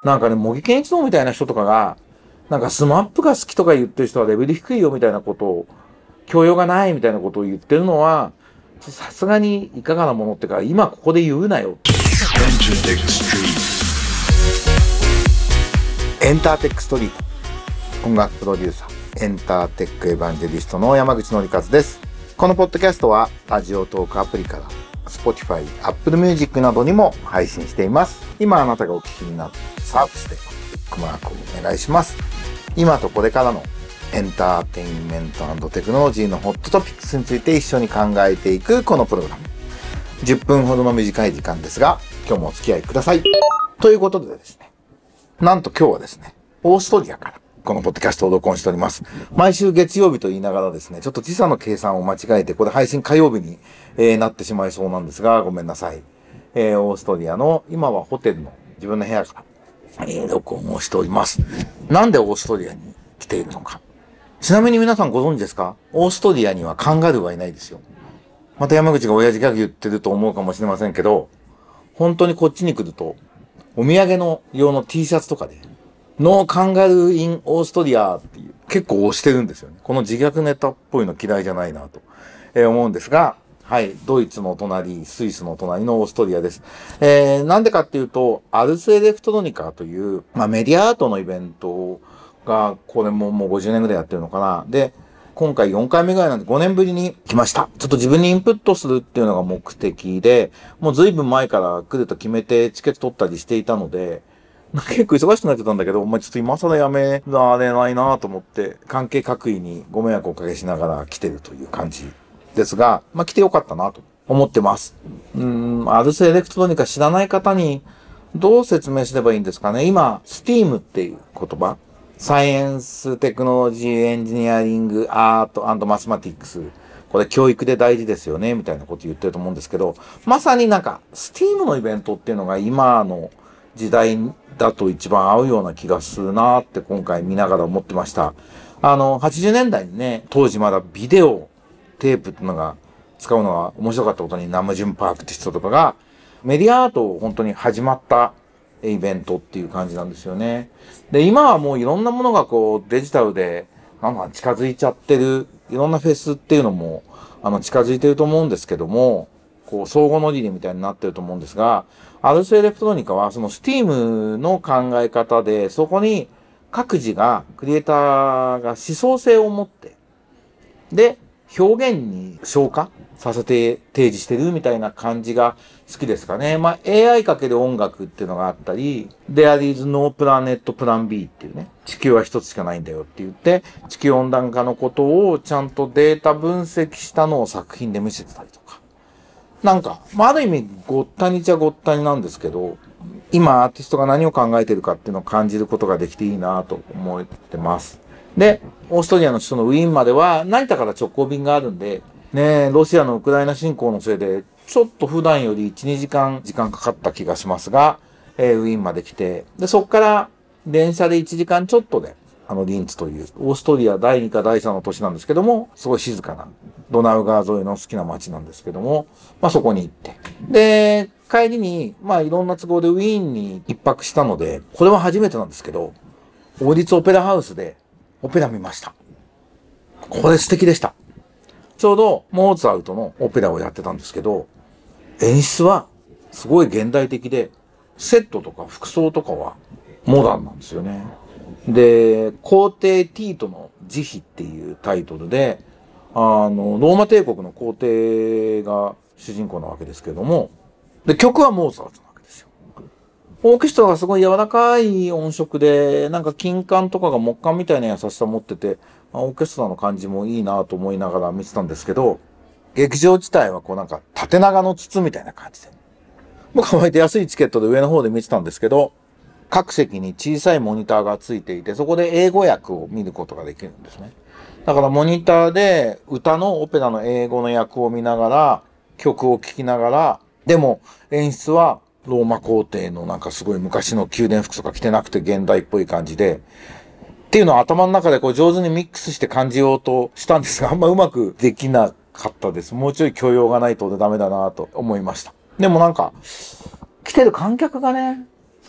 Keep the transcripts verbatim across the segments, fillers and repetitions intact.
なんかね、茂木健一郎みたいな人とかが、なんかスマップが好きとか言ってる人はレベル低いよみたいなことを、教養がないみたいなことを言ってるのは、さすがにいかがなものってか、今ここで言うなよ。エンターテックストリート。音楽プロデューサー、エンターテックエヴァンジェリストの山口紀和です。このポッドキャストは、ラジオトークアプリから、Spotify、Apple Music などにも配信しています。今あなたがお聞きになって、サービスでブックマークをお願いします。今とこれからのエンターテインメント&テクノロジーのホットトピックスについて一緒に考えていくこのプログラム。じゅっぷんほどの短い時間ですが、今日もお付き合いください。ということでですね、なんと今日はですね、オーストリアからこのポッドキャストを録音しております。毎週月曜日と言いながらですね、ちょっと時差の計算を間違えて、これ配信火曜日に、えー、なってしまいそうなんですが、ごめんなさい。えー、オーストリアの、今はホテルの自分の部屋から、えー、録音をしております。なんでオーストリアに来ているのか。ちなみに皆さんご存知ですか？オーストリアにはカンガルーはいないですよ。また山口が親父ギャグ言ってると思うかもしれませんけど、本当にこっちに来ると、お土産の用の T シャツとかで、ノーカンガルーインオーストリアっていう結構押してるんですよね。この自虐ネタっぽいの嫌いじゃないなと、えー、思うんですが、はい、ドイツの隣、スイスの隣のオーストリアです。えー、なんでかっていうと、アルスエレクトロニカという、まあ、メディアアートのイベントが、これももうごじゅうねんぐらいやってるのかな。で、今回よんかいめぐらいなんでごねんぶりに来ました。ちょっと自分にインプットするっていうのが目的で、もうずいぶん前から来ると決めてチケット取ったりしていたので、結構忙しくなってたんだけど、まあ、ちょっと今更やめられないなと思って、関係各位にご迷惑をおかけしながら来てるという感じですが、まあ、来てよかったなと思ってます。うーん、アルスエレクトロニカ知らない方にどう説明すればいいんですかね。今、スティーム っていう言葉、サイエンス、テクノロジー、エンジニアリング、アート&マスマティックス。これ教育で大事ですよね、みたいなこと言ってると思うんですけど、まさになんか、スティーム のイベントっていうのが今の時代だと一番合うような気がするなって今回見ながら思ってました。あの、はちじゅうねんだいにね、当時まだビデオ、テープっていうのが使うのが面白かったことにナムジュンパークって人とかが、メディアアートを本当に始まったイベントっていう感じなんですよね。で、今はもういろんなものがこうデジタルでなんか近づいちゃってる、いろんなフェスっていうのもあの近づいてると思うんですけども、こう相互乗り入れみたいになってると思うんですが、アルスエレクトロニカはそのスティームの考え方で、そこに各自が、クリエイターが思想性を持って、で、表現に昇華させて提示してるみたいな感じが好きですかね。まあ、エーアイ かける音楽っていうのがあったり、There is no planet plan B っていうね、地球は一つしかないんだよって言って、地球温暖化のことをちゃんとデータ分析したのを作品で見せてたりとか。なんか、まあ、ある意味ごったにちゃごったになんですけど、今アーティストが何を考えてるかっていうのを感じることができていいなと思ってます。で、オーストリアの首都のウィーンまでは成田から直行便があるんで、ね、ロシアのウクライナ侵攻のせいで、ちょっと普段よりいち、にじかん時間かかった気がしますが、えー、ウィーンまで来て、で、そこから電車でいちじかんちょっとで、あの、リンツという、オーストリアだいにかだいさんの都市なんですけども、すごい静かな、ドナウ川沿いの好きな街なんですけども、まあそこに行って。で、帰りに、まあいろんな都合でウィーンに一泊したので、これは初めてなんですけど、王立オペラハウスでオペラ見ました。これ素敵でした。ちょうどモーツァルトのオペラをやってたんですけど、演出はすごい現代的で、セットとか服装とかはモダンなんですよね。で、皇帝ティートの慈悲っていうタイトルで、あの、ローマ帝国の皇帝が主人公なわけですけども、で、曲はモーツァルトなわけですよ。オーケストラがすごい柔らかい音色で、なんか金管とかが木管みたいな優しさを持ってて、オーケストラの感じもいいなと思いながら見てたんですけど、劇場自体はこうなんか縦長の筒みたいな感じで。僕は割と安いチケットで上の方で見てたんですけど、各席に小さいモニターがついていて、そこで英語訳を見ることができるんですね。だからモニターで歌のオペラの英語の訳を見ながら、曲を聴きながら、でも演出はローマ皇帝のなんかすごい昔の宮殿服とか着てなくて現代っぽい感じで、っていうのを頭の中でこう上手にミックスして感じようとしたんですが、あんまうまくできなかったです。もうちょい許容がないとダメだなと思いました。でもなんか、来てる観客がね、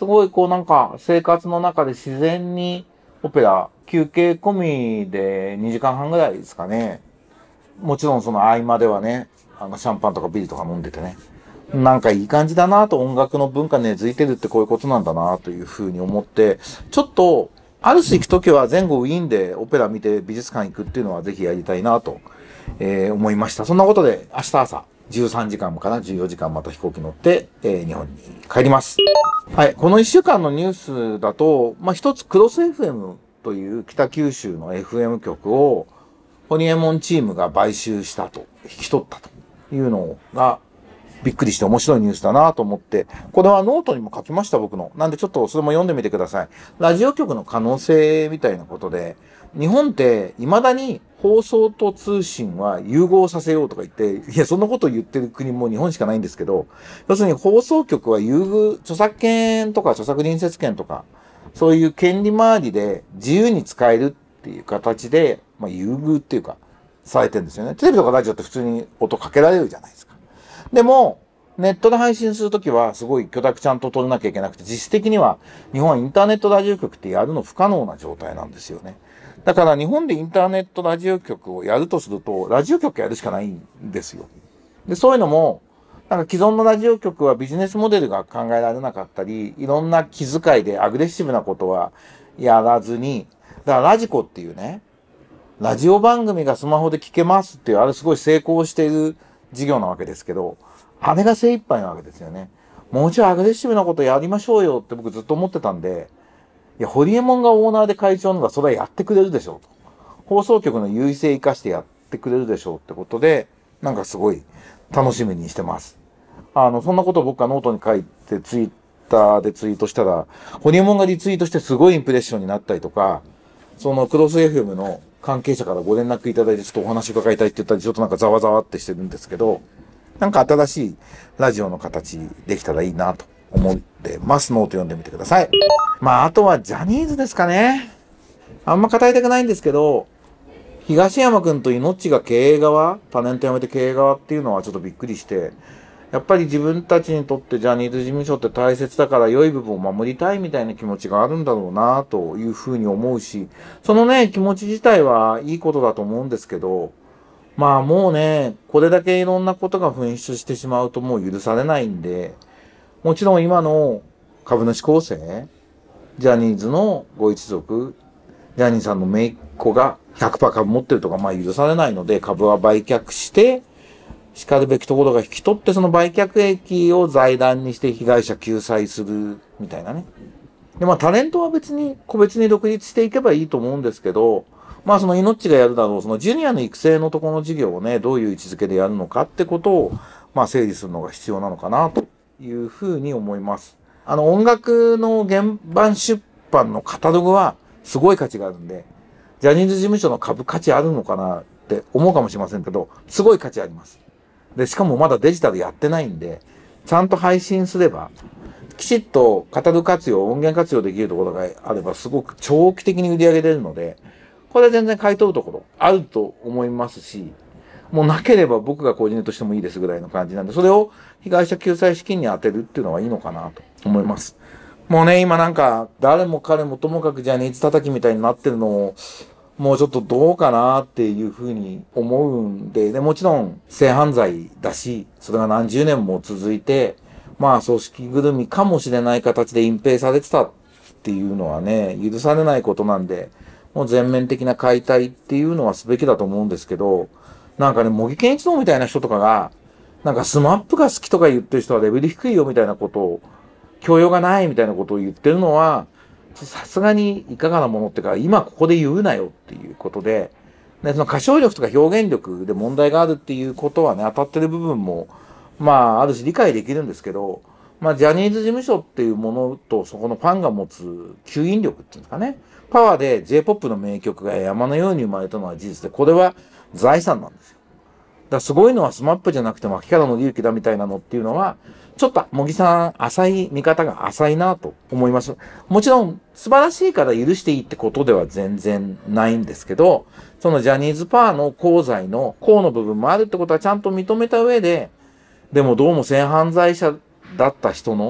すごいこうなんか生活の中で自然にオペラ、休憩込みでにじかんはんぐらいですかね。もちろんその合間ではね、あのシャンパンとかビールとか飲んでてね。なんかいい感じだなと、音楽の文化根付いてるってこういうことなんだなというふうに思って、ちょっと、アルス行くときは前後ウィーンでオペラ見て美術館行くっていうのはぜひやりたいなと、えー、思いました。そんなことで明日朝じゅうさんじかんかな、じゅうよじかんまた飛行機乗って、えー、日本に帰ります。はい。このいっしゅうかんのニュースだと、まあ、一つクロス エフエム という北九州の エフエム 局をホリエモンチームが買収したと、引き取ったというのがびっくりして面白いニュースだなと思って、これはノートにも書きました、僕の。なんでちょっとそれも読んでみてください。ラジオ局の可能性みたいなことで、日本って未だに放送と通信は融合させようとか言って、いや、そんなこと言ってる国も日本しかないんですけど、要するに放送局は優遇、著作権とか著作隣接権とか、そういう権利回りで自由に使えるっていう形で、まあ優遇っていうか、されてるんですよね。テレビとかラジオって普通に音かけられるじゃないですか。でも、ネットで配信するときはすごい許諾ちゃんと取らなきゃいけなくて、実質的には日本はインターネットラジオ局ってやるの不可能な状態なんですよね。だから日本でインターネットラジオ局をやるとすると、ラジオ局やるしかないんですよ。で、そういうのも、なんか既存のラジオ局はビジネスモデルが考えられなかったり、いろんな気遣いでアグレッシブなことはやらずに、だからラジコっていうね、ラジオ番組がスマホで聞けますっていう、あれすごい成功している事業なわけですけど、あれが精一杯なわけですよね。もうちょいアグレッシブなことやりましょうよって僕ずっと思ってたんで、いや、ホリエモンがオーナーで会長のがそれはやってくれるでしょうと。放送局の優位性生かしてやってくれるでしょうってことで、なんかすごい楽しみにしてます。あの、そんなことを僕がノートに書いてツイッターでツイートしたら、ホリエモンがリツイートしてすごいインプレッションになったりとか、そのクロス エフエム の関係者からご連絡いただいてちょっとお話伺いたいって言ったり、ちょっとなんかざわざわってしてるんですけど、なんか新しいラジオの形できたらいいなと思ってます。ノート読んでみてください。まあ、あとはジャニーズですかね。あんま語りたくないんですけど、東山くんとイノッチが経営側、タレント辞めて経営側っていうのはちょっとびっくりして、やっぱり自分たちにとってジャニーズ事務所って大切だから良い部分を守りたいみたいな気持ちがあるんだろうなというふうに思うし、そのね、気持ち自体はいいことだと思うんですけど、まあもうね、これだけいろんなことが噴出してしまうともう許されないんで、もちろん今の株主構成、ジャニーズのご一族、ジャニーさんの姪っ子が ひゃくパーセント 株持ってるとかまあ許されないので、株は売却して、叱るべきところが引き取ってその売却益を財団にして被害者救済するみたいなね。でまあタレントは別に個別に独立していけばいいと思うんですけど、まあその命がやるだろう、そのジュニアの育成のところの事業をね、どういう位置づけでやるのかってことを、まあ整理するのが必要なのかなというふうに思います。あの音楽の原版出版のカタログはすごい価値があるんで、ジャニーズ事務所の株価値あるのかなって思うかもしれませんけど、すごい価値あります。で、しかもまだデジタルやってないんで、ちゃんと配信すれば、きちっとカタログ活用、音源活用できるところがあれば、すごく長期的に売り上げ出るので、これは全然買い取るところあると思いますし、もうなければ僕がコーディネートしてもいいですぐらいの感じなんで、それを被害者救済資金に当てるっていうのはいいのかなと思います。もうね、今なんか、誰も彼もともかくジャニーズ叩きみたいになってるのを、もうちょっとどうかなっていうふうに思うんで、で、もちろん性犯罪だし、それが何十年も続いて、まあ組織ぐるみかもしれない形で隠蔽されてたっていうのはね、許されないことなんで、もう全面的な解体っていうのはすべきだと思うんですけど、なんかね、茂木健一郎みたいな人とかが、なんかスマップが好きとか言ってる人はレベル低いよみたいなことを、教養がないみたいなことを言ってるのは、さすがにいかがなものっていうか、今ここで言うなよっていうことで、でその歌唱力とか表現力で問題があるっていうことはね、当たってる部分も、まあ、ある種理解できるんですけど、まあ、ジャニーズ事務所っていうものと、そこのファンが持つ吸引力っていうんですかね。パワーで J-ポップ の名曲が山のように生まれたのは事実で、これは財産なんですよ。だからすごいのはスマップじゃなくて牧原の隆起だみたいなのっていうのは、ちょっと茂木さん浅い見方が浅いなと思います。もちろん素晴らしいから許していいってことでは全然ないんですけど、そのジャニーズパワーの功罪の功の部分もあるってことはちゃんと認めた上で、でもどうも性犯罪者だった人の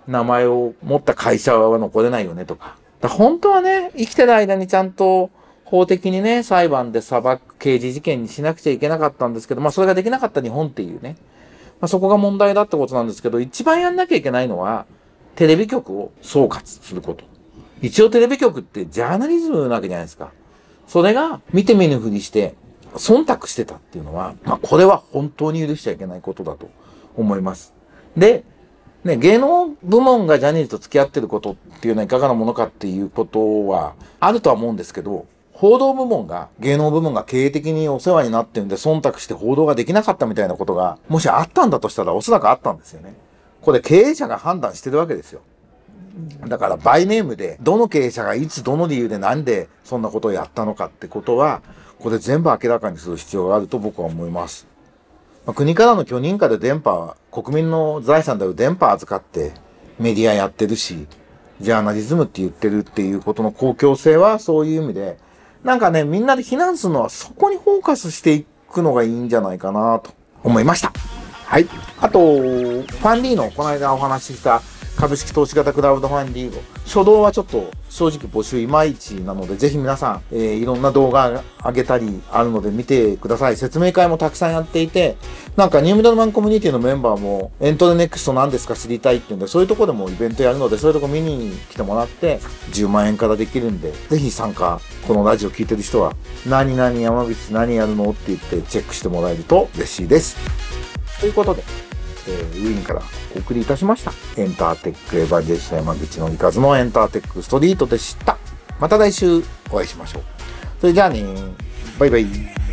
名前を持った会社は残れないよねとか。だから本当はね、生きてる間にちゃんと法的にね、裁判で裁く刑事事件にしなくちゃいけなかったんですけど、まあそれができなかった日本っていうね。まあそこが問題だってことなんですけど、一番やんなきゃいけないのは、テレビ局を総括すること。一応テレビ局ってジャーナリズムなわけじゃないですか。それが見て見ぬふりして、忖度してたっていうのは、まあこれは本当に許しちゃいけないことだと思います。で、ね、芸能部門がジャニーズと付き合ってることっていうのはいかがなものかっていうことはあるとは思うんですけど、報道部門が、芸能部門が経営的にお世話になってるんで忖度して報道ができなかったみたいなことが、もしあったんだとしたらおそらくあったんですよね。これ経営者が判断してるわけですよ。だからバイネームで、どの経営者がいつどの理由でなんでそんなことをやったのかってことは、これ全部明らかにする必要があると僕は思います。まあ、国からの許認可で電波、国民の財産である電波預かってメディアやってるし、ジャーナリズムって言ってるっていうことの公共性はそういう意味で、なんかね、みんなで非難するのはそこにフォーカスしていくのがいいんじゃないかなと思いました。はい。あと、ファンディーのこの間お話しした株式投資型クラウドファンディング。初動はちょっと正直募集いまいちなので、ぜひ皆さん、えー、いろんな動画上げたりあるので見てください。説明会もたくさんやっていて、なんかニューミドルマンコミュニティのメンバーもエントレネクスト何ですか知りたいっていうんで、そういうところでもイベントやるので、そういうとこ見に来てもらってじゅうまんえんからできるんで、ぜひ参加、このラジオ聞いてる人は、何々山口何やるのって言ってチェックしてもらえると嬉しいです。ということで、えー、ウィーンからお送りいたしました。エンターテックエヴァンジェリスト山口のりかずのエンターテックストリートでした。また来週お会いしましょう。それじゃあね、バイバイ。